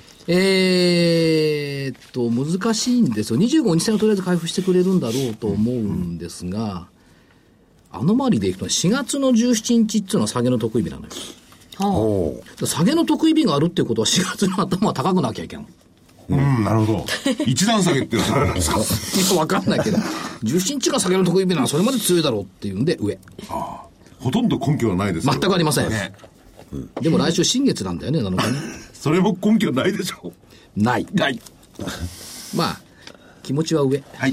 えーっと、難しいんですよ。にじゅうごにち線をとりあえず回復してくれるんだろうと思うんですが、うん、アノマリでいくとしがつのじゅうしちにちっていうのは下げの得意日なのよ。はあ、下げの得意日があるっていうことはしがつの頭は高くなきゃいけない。 うん、なるほど。一段下げっていうのは何ですか。 いや、わかんないけど、じゅうしちにちが下げの得意日ならそれまで強いだろうっていうんで上。 ああ、ほとんど根拠はないですよ。 全くありません。ね、うん、でも来週新月なんだよね、なのかね。 それも根拠ないでしょう。ない。 ない。 まあ、気持ちは上。 はい。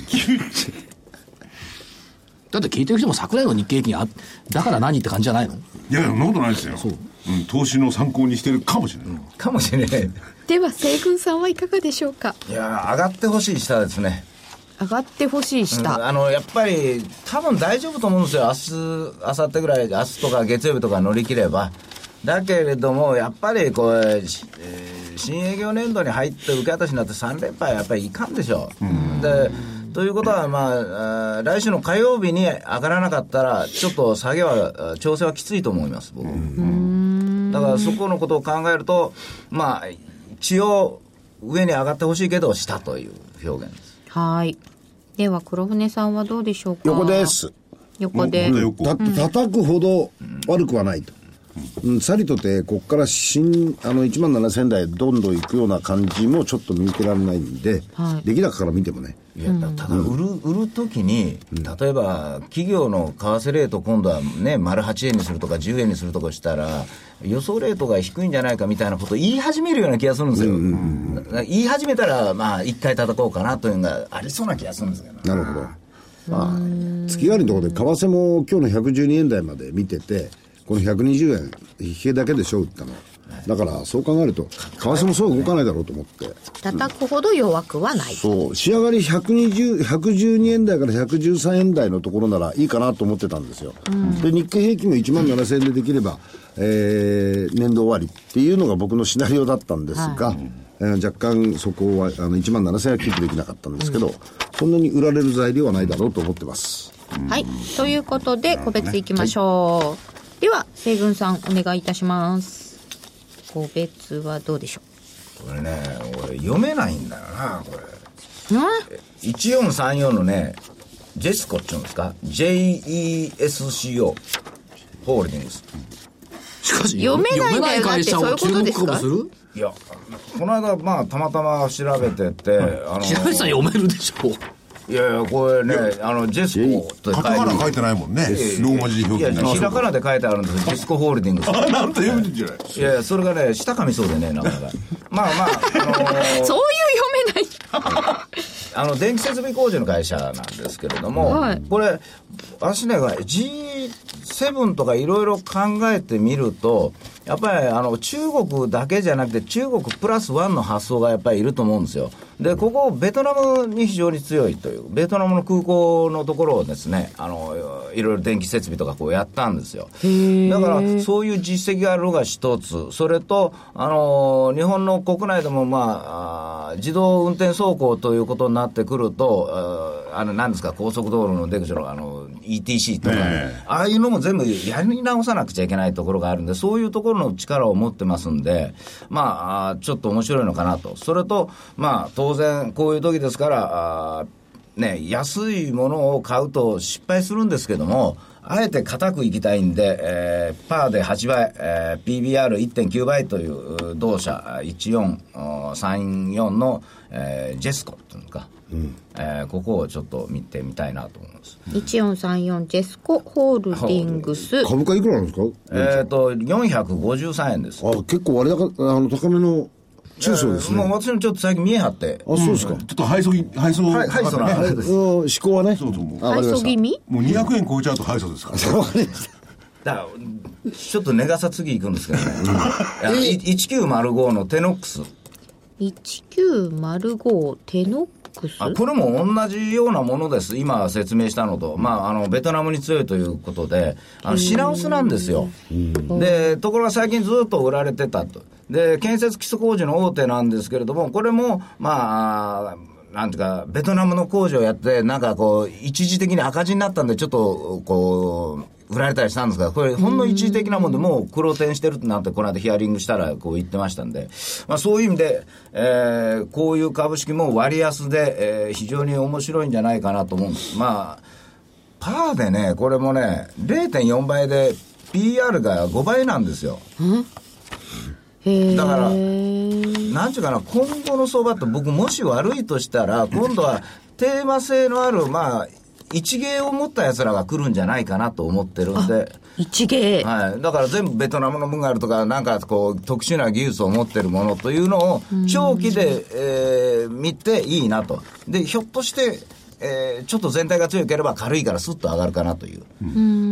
だって聞いてる人も桜井の日経平均あだから何って感じじゃないの。 いやいや、そんなことないですよ。そう、うん、投資の参考にしてるかもしれない、うん、 かもしれない。 では西軍さんはいかがでしょうか。 いや、上がってほしい下ですね。 上がってほしい下、 うん、あのやっぱり多分大丈夫と思うんですよ。明日明後日ぐらい、明日とか月曜日とか乗り切れば。だけれどもやっぱりこれ、えー、新営業年度に入って受け渡しになってさん連敗はやっぱりいかんでしょう。うんでということは、まあ、来週の火曜日に上がらなかったらちょっと下げは調整はきついと思います僕。うんだからそこのことを考えると、まあ一応上に上がってほしいけど下という表現です。 はい。では黒船さんはどうでしょうか。 横です。 横でだって叩くほど悪くはないと、うんうん、さりとてここから新あのいちまんななせん台どんどんいくような感じもちょっと見受けられないんで、はい、出来高から見てもね、 いやただ売る、売るときに例えば企業の為替レート今度はね丸はちえんにするとかじゅうえんにするとかしたら予想レートが低いんじゃないかみたいなことを言い始めるような気がするんですよ、うんうんうん、言い始めたらまあ一回叩こうかなというのがありそうな気がするんですけど、ね、 なるほど。まあ、月替わりのところで為替も今日のひゃくじゅうにえん台まで見ててこのひゃくにじゅうえん引けだけでしょ売ったのだからそう考えると為替もそう動かないだろうと思って叩くほど弱くはない、 そう仕上がりひゃくにじゅう、ひゃくじゅうにえん台からひゃくじゅうさんえん台のところならいいかなと思ってたんですよ、うん、で日経平均もいちまんななせんえんでできれば、えー、年度終わりっていうのが僕のシナリオだったんですが、はいえー、若干そこはあのいちまんななせんえんはキープできなかったんですけど、うん、そんなに売られる材料はないだろうと思ってます、 うん、はいということで個別いきましょう、はい、では西軍さんお願いいたします。個別はどうでしょう。これね俺読めないんだよなこれ、うん、いちよんさんよんのねジェスコっていうんですか ジェイイーエスシーオー ホールディングス。 しかし読めないんだよなってそういうことですか。 いやこの間まあたまたま調べてて、はい、 あの調べたら読めるでしょう。 いやいやこれねあのジェスコってカタカナ書いてないもんね、ローマ字で表記。 いやひらがなで書いてあるんですよジェスコホールディングス。 あなんて読めてんじゃない。 いやいやそれがね下噛みそうでねなかなかまあまあ、あのー、 そういう読めないあの電気設備工事の会社なんですけれども、はい、これ私ね ジーセブン とかいろいろ考えてみるとやっぱりあの中国だけじゃなくて中国プラスワンの発想がやっぱりいると思うんですよ。でここベトナムに非常に強いというベトナムの空港のところをですねあのいろいろ電気設備とかこうやったんですよ。だからそういう実績があるのが一つ。それとあの日本の国内でもまあ自動運転走行ということになってくるとああの何ですか高速道路の出口のあの イーティーシー とか、ね、ああいうのも全部やり直さなくちゃいけないところがあるんでそういうところの力を持ってますんでまあちょっと面白いのかなと。それとまあ当然こういう時ですからあ、ね、安いものを買うと失敗するんですけどもあえて固くいきたいんで、えー、パーではちばい、えー、ピービーアールいってんきゅう 倍という同社いちよんさんよんの、えー、ジェスコっていうのか、うんえー、ここをちょっと見てみたいなと思います。 いちよんさんよんジェスコホールディングス株価いくらなんですか。 えーとよんひゃくごじゅうさんえんです。 あ結構割高あの高めの中小ですね。 もう私もちょっと最近見え張って。 あ、そうですか。 ちょっと配送配送はい配送な思考はね。そうそう配送気味。 もうにひゃくえん超えちゃうと配送ですから。 わかりました。 だからちょっと値傘次行くんですけどね。いちきゅうまるごのテノックス。 いちきゅうまるごテノックス、 あこれも同じようなものです。今説明したのと、まあ、あのベトナムに強いということで、あの品薄なんですよ。でところが最近ずっと売られてたと。で建設基礎工事の大手なんですけれども、これもまあなんていうかベトナムの工事をやってなんかこう一時的に赤字になったんでちょっとこう売られたりしたんですが、これほんの一時的なもんでもう黒点してるってなんてこの間ヒアリングしたらこう言ってましたんで、まあ、そういう意味で、えー、こういう株式も割安で、えー、非常に面白いんじゃないかなと思うんです。まあパーでねこれもね れいてんよん 倍で ピーアール がごばいなんですよ。 へだからなんていうかな、今後の相場って僕もし悪いとしたら今度はテーマ性のあるまあ一芸を持ったやつらが来るんじゃないかなと思ってるんで、 一芸、 はい、だから全部ベトナムの分があるとかなんかこう特殊な技術を持ってるものというのを長期で、えー、見ていいなと。でひょっとして、えー、ちょっと全体が強ければ軽いからスッと上がるかなという、うん、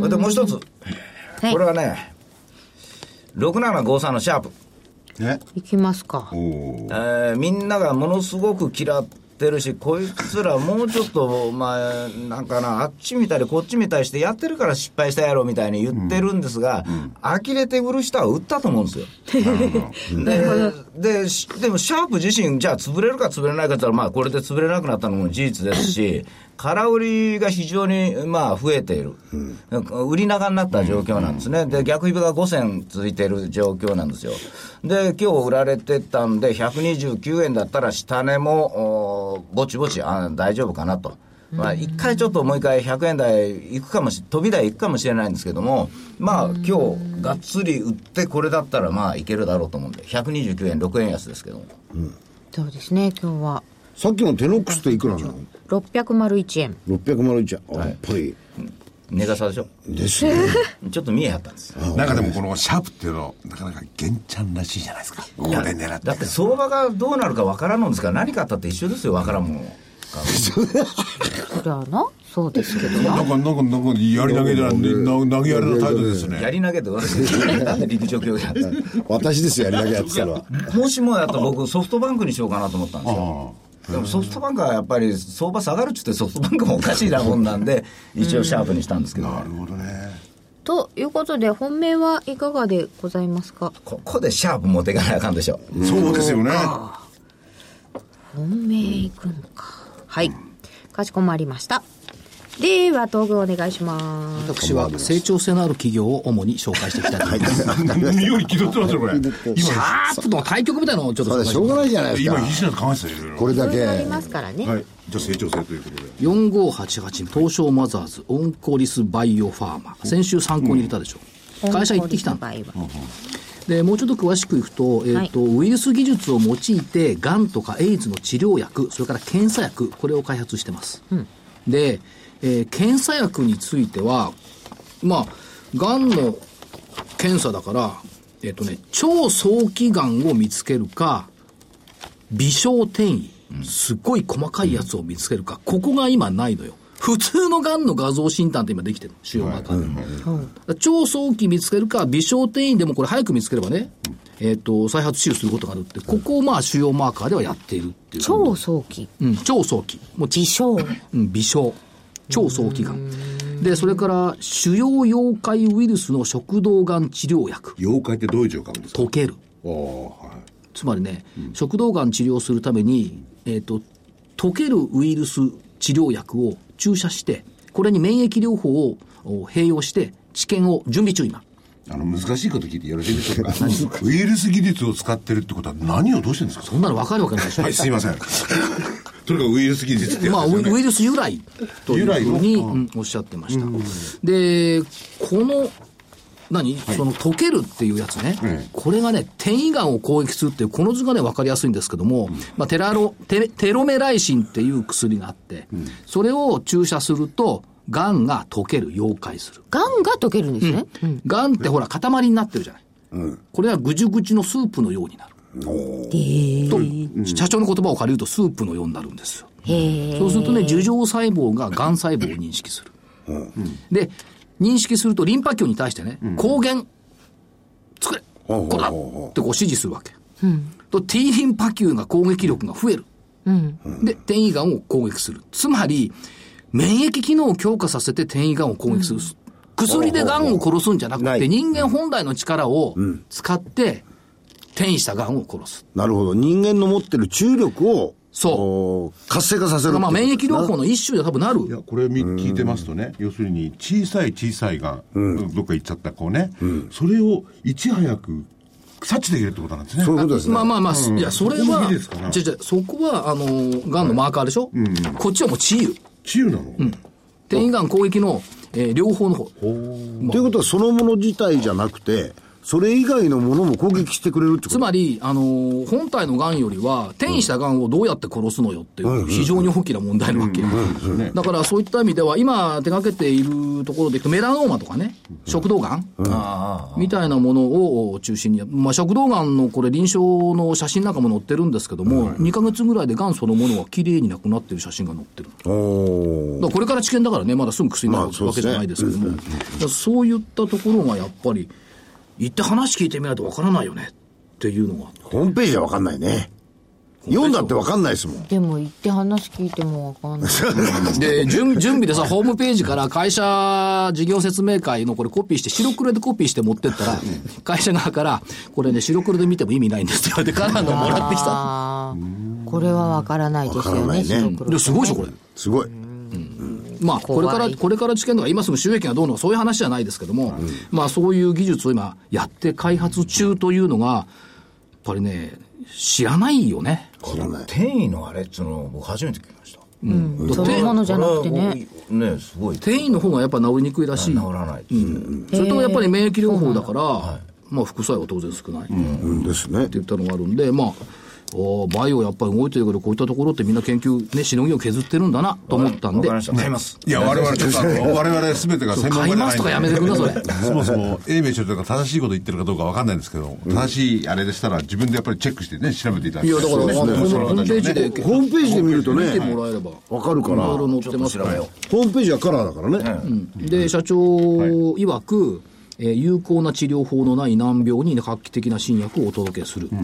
でもう一つ、はい、これはねろくななごさんのシャープね、いきますか。 えー、みんながものすごく嫌ってるし、こいつらもうちょっとまあなんかなあっち見たりこっち見たりしてやってるから失敗したやろみたいに言ってるんですが、うんうん、呆れて売る人は売ったと思うんですよ。で, で, でもシャープ自身じゃあ潰れるか潰れないかって言ったらまあこれで潰れなくなったのも事実ですし空売りが非常にまあ増えている、うん、売り長になった状況なんですね。で逆指がごせん続いている状況なんですよ。で今日売られてたんでひゃくにじゅうきゅうえんだったら下値もぼちぼちあ大丈夫かなと、まあ、一回ちょっともう一回ひゃくえん台いくかもし飛び台いくかもしれないんですけども、まあ今日がっつり売ってこれだったらまあいけるだろうと思うんでひゃくにじゅうきゅうえんろくえん安ですけども、 うん、そうですね。今日はさっきのテノックスっていくらなの？ ろっぴゃくまるいちえん。 ろっぴゃくまるいちえん、やっぱり値傘でしょ。 ですね。 ちょっと見えはったんですよ。 なんかでもこのシャープっていうのなかなか玄ちゃんらしいじゃないですか。ここで狙ってだって相場がどうなるかわからんのですから何かあったって一緒ですよ。わからんものそりゃなそうですけどななんかなんかなんかやり投げじゃない投げやりの態度ですね。 やり投げって私なんで陸上競技やって私ですよやり投げやってたのは。 もしもやったら僕ソフトバンクにしようかなと思ったんですよ。でもソフトバンクはやっぱり相場下がるっつってソフトバンクもおかしいなもんなんで一応シャープにしたんですけど、ね、 なるほどね。 ということで本命はいかがでございますか？ ここでシャープ持っていかないあかんでしょ。 そうですよね。 本命いくのか。はい、かしこまりました。では東具お願いします。 私は成長性のある企業を主に紹介していきたいと思います妙に気取ってますよこれ。 シャープの対局みたいなのをちょっとそれしょうがないじゃないですか。 今必死な考えてたよこれだけありますからね。 はい、じゃあ成長性ということでよんごはちはち東証マザーズオンコリスバイオファーマ、先週参考に入れたでしょ、うん、会社行ってきたんだ。でもうちょっと詳しくいくと、えーとはい、ウイルス技術を用いてがんとかエイズの治療薬、それから検査薬、これを開発してます、うん、で、えー、検査薬についてはまあがんの検査だからえっとね超早期がんを見つけるか微小転移、すっごい細かいやつを見つけるか、ここが今ないのよ。普通のがんの画像診断って今できてる、腫瘍マーカーで、はいはい、超早期見つけるか微小転移でもこれ早く見つければね、えー、と再発治療することがあるって、ここをまあ腫瘍マーカーではやっているっていう。 超早期、 うん、超早期もう微小、うん、微小超早期がんで、それから腫瘍溶解ウイルスの食道がん治療薬。 溶解ってどういう状況ですか？ 溶ける。 お、はい、 つまりね、うん、食道がん治療するために、えー、と溶けるウイルス治療薬を注射して、これに免疫療法を併用して治験を準備中今。 あの難しいこと聞いてよろしいでしょうかウイルス技術を使ってるってことは何をどうしてるんですか？ そんなの分かるわけないでしょ。 はい、すいませんとにかくウイルス技術ってやつですよね。 まあウイルス由来というふうに、うん、おっしゃってました。でこの何、はい、その溶けるっていうやつね、うん、これがね転移がんを攻撃するっていうこの図がね分かりやすいんですけども、うん、まあ、テラロ テ, テロメライシンっていう薬があって、うん、それを注射するとがんが溶ける、溶解する。 がんが溶けるんですね、 うん、がんってほら塊になってるじゃない、うん、これはぐじゅぐじゅのスープのようになる、 えー、 と、うん、社長の言葉を借りるとスープのようになるんですよ。へそうするとね樹状細胞ががん細胞を認識する、うん、で認識するとリンパ球に対してね、うん、抗原作れ、これだってこう指示するわけ。 うん、と、ティーリンパ球が攻撃力が増える。うん、で、転移がんを攻撃する。つまり、免疫機能を強化させて転移がんを攻撃する。うん、薬でがんを殺すんじゃなくて、人間本来の力を使って、転移したがんを殺す。 なるほど。人間の持ってる注力を、そう。活性化させる。 まあ、免疫療法の一種で多分なる。 いや、これ聞いてますとね、要するに、小さい小さいがん、うん、どっか行っちゃった子ね、うん、それをいち早く察知できるってことなんですね。 そういうことですね。 まあまあまあ、うん、いや、それは、じゃじゃそこは、あの、がんのマーカーでしょ、はい、うん、こっちはもう治癒。 治癒なの、うん、 転移がん攻撃の、えー、両方の方。 ということは、そのもの自体じゃなくて、それ以外のものも攻撃してくれるってこと。 つまり、あのー、本体の癌よりは、転移した癌をどうやって殺すのよっていう、非常に大きな問題なわけ。だからそういった意味では、今手掛けているところでいくと、メラノーマとかね、食道癌、うん、みたいなものを中心に、まあ、食道癌のこれ臨床の写真なんかも載ってるんですけども、うん、にかげつぐらいで癌そのものがきれいになくなってる写真が載ってる。だからこれから治験だからね、まだすぐ薬になるわけじゃないですけども、まあ そうですね、そういったところがやっぱり、行って話聞いてみないとわからないよねっていうのが。 ホームページじゃわかんないね。読んだってわかんないですもん。 でも行って話聞いてもわかんない。 で、準備でさ、ホームページから会社事業説明会のこれコピーして、白黒でコピーして持ってったら、会社側から、これね、白黒で見ても意味ないんですって言われて、カラーのもらってきた。 これはわからないですよね。 ね、 ですごいでしょ、これ。 すごい。 まあ、これから、これから治験とか、今すぐ収益がどうのか、そういう話じゃないですけども、うん、まあ、そういう技術を今、やって開発中というのが、やっぱりね、知らないよね。 知らない。転移のあれっていうのを僕初めて聞きました。 うん。そういうものじゃなくてね。 ね、すごい。 転移の方がやっぱ治りにくいらしい。 治らない。 うん。それとやっぱり免疫療法だから、まあ、副作用は当然少ない。うん。 ですね。 って言ったのがあるんで、まあ、おバイオやっぱり動いてるけど、こういったところってみんな研究ね、しのぎを削ってるんだなと思ったんで。 買います。 いや、我々ちょっとあの、我々全てが専門家じゃないんで。 買いますとかやめてください。 そもそも、英明所長が正しいこと言ってるかどうかわかんないんですけど、正しいあれでしたら自分でやっぱりチェックしてね、調べていただきたい。 いや、だから、ホームページで、 ホームページで見るとね、 見てもらえれば。 わかるから。 いろいろ載ってますから。 ホームページはカラーだからね。 うん。で、社長曰く、えー、有効な治療法のない難病に画期的な新薬をお届けする、うん、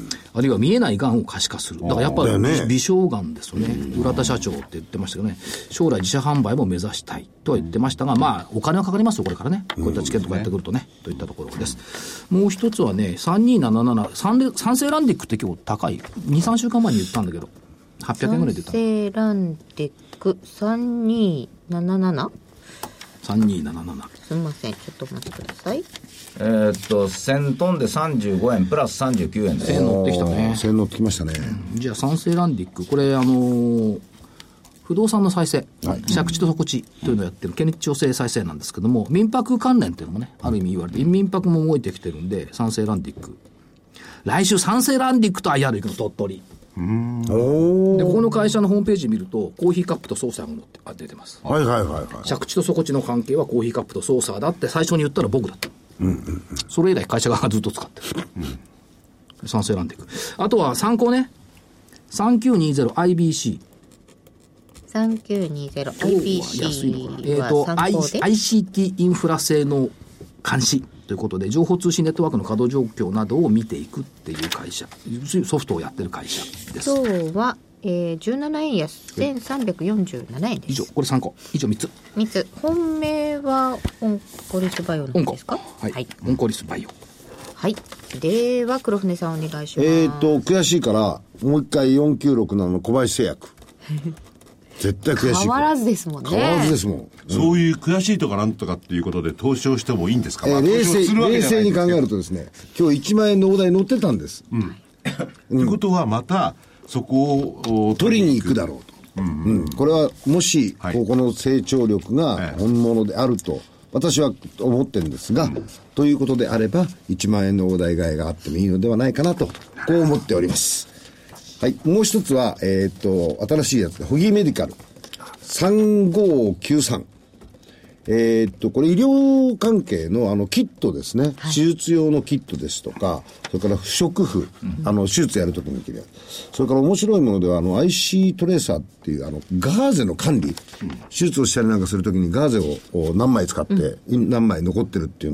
あるいは見えないがんを可視化する。だからやっぱり、ね、微小がんですよね、うん、浦田社長って言ってましたけどね、将来自社販売も目指したいとは言ってましたが、まあお金はかかりますよこれからね、こういった治験とかやってくるとね、うん、といったところです。もう一つはね、さんにーなななな、酸性ランディックって結構高い、に、さんしゅうかんまえに言ったんだけどはっぴゃくえんぐらいで言った。 酸性ランディックさんにーななななさんにーなななな、 すみません、ちょっとお待ちください。 えー、っとせんトンでさんじゅうごえんプラスさんじゅうきゅうえんです。 せん乗ってきたね。 せん乗ってきましたね、 うん、じゃあ酸性ランディック、これあのー、不動産の再生、はい、借地と底地というのをやってる堅調性再生なんですけども、民泊関連というのもね、ある意味言われて、民泊も動いてきてるんで、酸性ランディック、来週酸性ランディックと アイアール 行くの、鳥取。うん、おでここの会社のホームページ見るとコーヒーカップとソーサーが出てます。 はいはいはいはい。 借地と底地の関係はコーヒーカップとソーサーだって最初に言ったら僕だった、うんうんうん、それ以来会社側がずっと使ってる、うん、酸性ランディック。あとは参考ね、さんきゅうにーぜろアイビーシーさんきゅうにーぜろアイビーシーは参考で、えーと、アイシーティー インフラ性の監視ということで、情報通信ネットワークの稼働状況などを見ていくっていう会社、ソフトをやってる会社です。 今日は、えー、じゅうななえん安、せんさんびゃくよんじゅうななえんです。 以上、これさんこ、以上みっつ。 みっつ。本命はオンコリスバイオなんですか？ はい、はい、オンコリスバイオ。 はい。では黒船さんお願いします。 えーと悔しいからもう一回よんきゅうろくななの小林製薬絶対悔しい。 変わらずですもんね。 変わらずですもん、うん、 そういう悔しいとかなんとかっていうことで投資をしてもいいんですか？ えー、 まあ、 冷静冷静に考えるとですね、今日いちまんえんの大台乗ってたんです、うんということはまたそこを取りに行くだろうと、うんうんうん、これはもし、はい、ここの成長力が本物であると私は思ってるんですが、うん、ということであればいちまんえんの大台買いがあってもいいのではないかなとこう思っております。はい、もう一つは、えっと、新しいやつで、ホギーメディカル。さんごきゅうさん。えっと、これ医療関係のあのキットですね。はい、手術用のキットですとか、それから不織布、うん、あの、手術やるときに着るやつ。それから面白いものでは、あの、アイシー トレーサーっていう、あの、ガーゼの管理。うん、手術をしたりなんかするときにガーゼを何枚使って、うん、何枚残ってるっていうのが、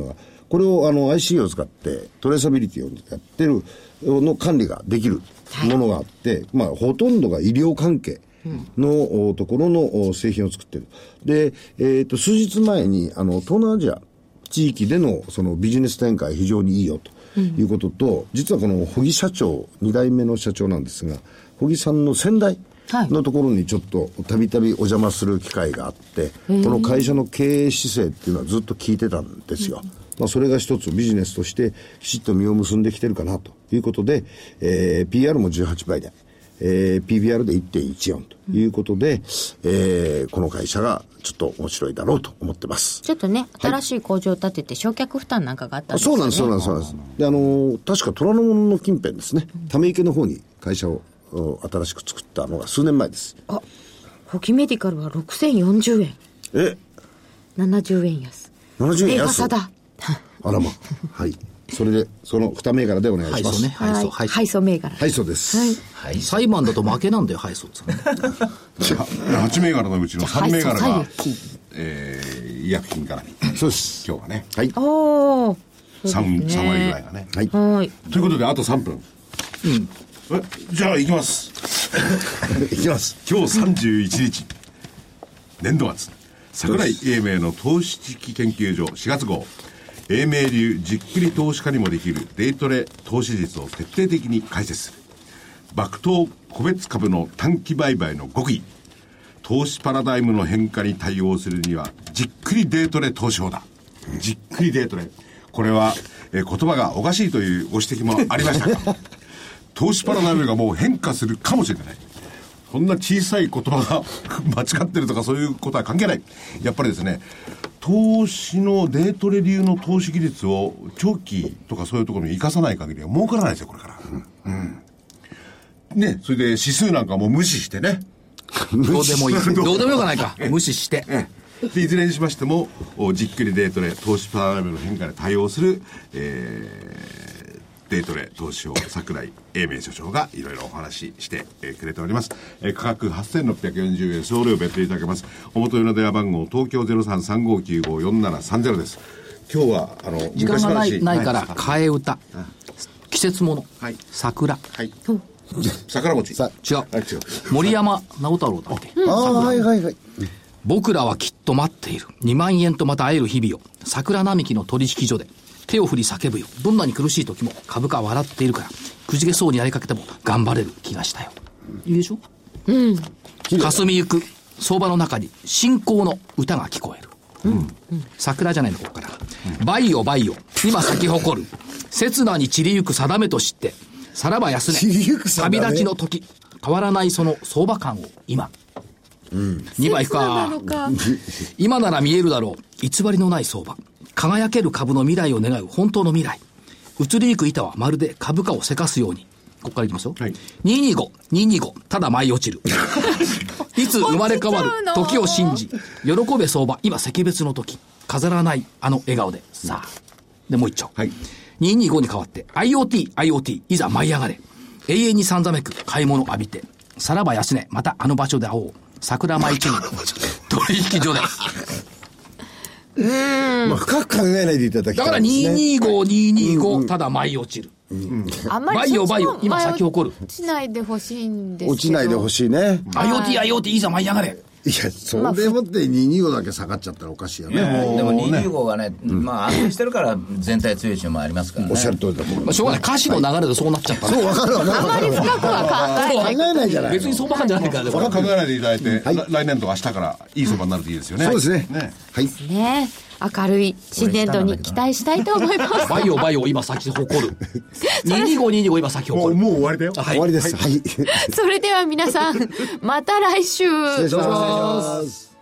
これをあの アイシー を使ってトレーサビリティをやってるの管理ができるものがあって、はい、まあほとんどが医療関係のところの製品を作っている。で、えっと、数日前に、あの、東南アジア地域でのそのビジネス展開非常にいいよということと、うん、実はこの穂木社長、に代目の社長なんですが、穂木さんの先代のところにちょっとたびたびお邪魔する機会があって、この会社の経営姿勢っていうのはずっと聞いてたんですよ。うん、まあ、それが一つビジネスとしてきちっと実を結んできてるかなということで、えー、ピーアール もじゅうはちばいで、えー、ピービーアール で いってんいちよん ということで、うん、えー、この会社がちょっと面白いだろうと思ってます。 ちょっとね、新しい工場を建てて焼却負担なんかがあったんですよね。 そうなんです、そうなんです、そうなんです。で、あのー、確か虎ノ門の近辺ですね、ため池の方に会社を新しく作ったのが数年前です。 あ、ホキメディカルはろくせんよんじゅうえん。 えななじゅうえん安。 ななじゅうえん安。 定価差だ。 あらま。はい。それで、そのに銘柄でお願いします。 ね、配送、 配送。配送銘柄。 配送です。 はい。裁判だと負けなんだよ、配送って。 はち銘柄のうちのさん銘柄が、えー、医薬品からに。 そうです。 今日はね。 はい。 おー。 さん、さん割ぐらいがね。 はい。 はい。 ということで、あとさんぷん。うん。え、じゃあ、行きます。 行きます。 今日さんじゅういちにち、年度末、櫻井英明の投資知識研究所しがつ号。英明流じっくり投資家にもできるデイトレ投資術を徹底的に解説する。爆投個別株の短期売買の極意。投資パラダイムの変化に対応するにはじっくりデイトレ投資法だ。じっくりデイトレ。これは、えー、言葉がおかしいというご指摘もありましたが投資パラダイムがもう変化するかもしれない。こんな小さい言葉が間違ってるとかそういうことは関係ない。やっぱりですね、投資のデイトレ流の投資技術を長期とかそういうところに生かさない限りは儲からないですよ、これから。うん。うん、ね、それで指数なんかも無視してね。 どうでもいい。どうでもよくないか。無視して。 でいずれにしましても、じっくりデイトレ、投資パラダイムの変化に対応する、えー、デイトレ投資法櫻井英明所長がいろいろお話しして、えー、くれております。えー、価格はっせんろっぴゃくよんじゅうえん、送料別途いただけます。お求めの電話番号、東京 ゼロさんさんごきゅうごよんななさんゼロ です。今日は、あの、 時間がない、ないから、替え歌。季節物。はい。桜。 はい。桜餅。 違う。森山直太朗だっけ。 ああ、はいはいはい。 僕らはきっと待っている。にまんえんとまた会える日々を。桜並木の取引所で。手を振り叫ぶよ。どんなに苦しい時も株価は笑っているから、くじけそうになりかけても頑張れる気がしたよ。いいでしょ。うん。霞ゆく相場の中に信仰の歌が聞こえる。うん。うん、桜じゃないの、ここから。うん、バイオバイオ。今咲き誇る。刹那に散りゆく定めと知って、さらば安値。旅立ちの時。変わらないその相場感を今。うん。にばい行くか。今なら見えるだろう。偽りのない相場。輝ける株の未来を願う本当の未来。移りゆく板はまるで株価をせかすように。ここからいきますよ。はい、にひゃくにじゅうご、にひゃくにじゅうご、ただ舞い落ちる。いつ生まれ変わる時を信じ、喜べ相場、今惜別の時。飾らないあの笑顔で。さあ。で、もう一丁。はい、にひゃくにじゅうごに変わって、IoT、IoT、いざ舞い上がれ。永遠にさんざめく買い物浴びて。さらば安値、またあの場所で会おう。桜舞い中取引所で。 うん、まあ、深く考えないでいただきたいですね。 だからにひゃくにじゅうご、にひゃくにじゅうご、ただ舞い落ちる。うん、 あんまりバイオバイオ、今咲き誇る。 落ちないでほしいんですけど。 落ちないでほしいね。 IoT、IoT、いざ舞い上がれ。 いや、それもってにひゃくにじゅうごだけ下がっちゃったらおかしいよね。 でもにひゃくにじゅうごがね、うん、まあ安定してるから全体強い週もありますからね。 おっしゃる通りだと思います。 まあ、しょうがない。歌詞の流れでそうなっちゃった、ね。 そう、わかるわかる。 あまり深くは考えない。 考えないじゃない。 別に相場感じゃないからね。 それは考えないでいただいて、はい、来年度明日からいい相場になるといいですよね。 そうですね。 ね。 はい。 ね。明るい新年度に期待したいと思います。 バイオバイオ今咲き誇る。にひゃくにじゅうご、にひゃくにじゅうご今咲き誇る。 もう終わりだよ。 はい、終わりです。はい。 それでは皆さん、また来週。 失礼します。